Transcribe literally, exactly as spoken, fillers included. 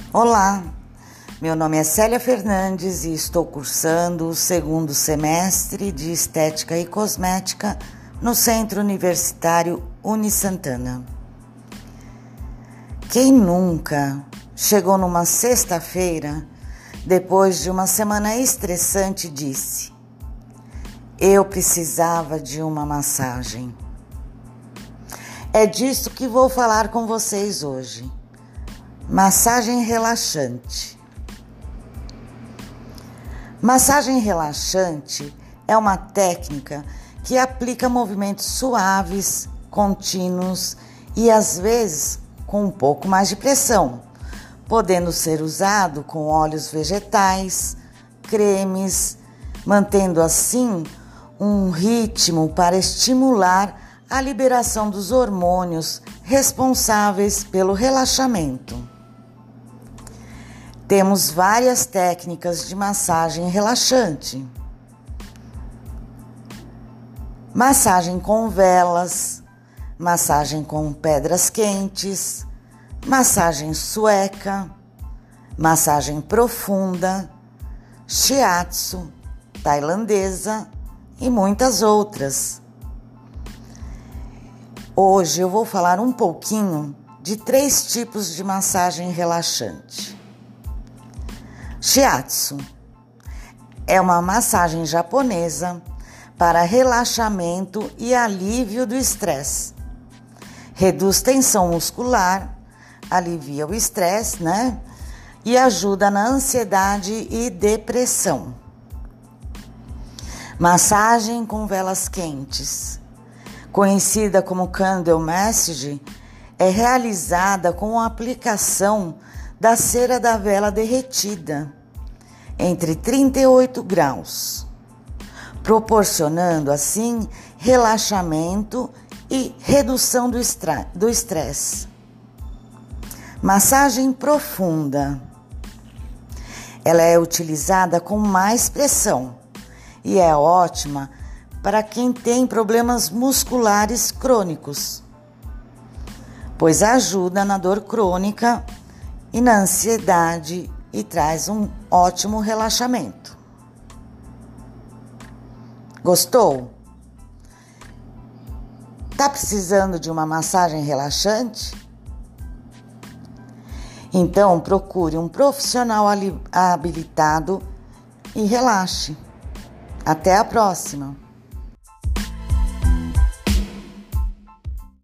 Olá, meu nome é Célia Fernandes e estou cursando o segundo semestre de Estética e Cosmética no Centro Universitário Unisantana. Quem nunca chegou numa sexta-feira, depois de uma semana estressante, e disse: eu precisava de uma massagem. É disso que vou falar com vocês hoje. Massagem relaxante. Massagem relaxante é uma técnica que aplica movimentos suaves, contínuos e às vezes com um pouco mais de pressão, podendo ser usado com óleos vegetais, cremes, mantendo assim um ritmo para estimular a liberação dos hormônios responsáveis pelo relaxamento. Temos várias técnicas de massagem relaxante. Massagem com velas, massagem com pedras quentes, massagem sueca, massagem profunda, shiatsu, tailandesa e muitas outras. Hoje eu vou falar um pouquinho de três tipos de massagem relaxante. Shiatsu é uma massagem japonesa para relaxamento e alívio do estresse. Reduz tensão muscular, alivia o estresse, né? E ajuda na ansiedade e depressão. Massagem com velas quentes, conhecida como Candle Massage, é realizada com a aplicação da cera da vela derretida entre trinta e oito graus, proporcionando assim relaxamento e redução do estresse. Massagem profunda. Ela é utilizada com mais pressão e é ótima para quem tem problemas musculares crônicos, pois ajuda na dor crônica e na ansiedade e traz um ótimo relaxamento. Gostou? Tá precisando de uma massagem relaxante? Então procure um profissional habilitado e relaxe. Até a próxima!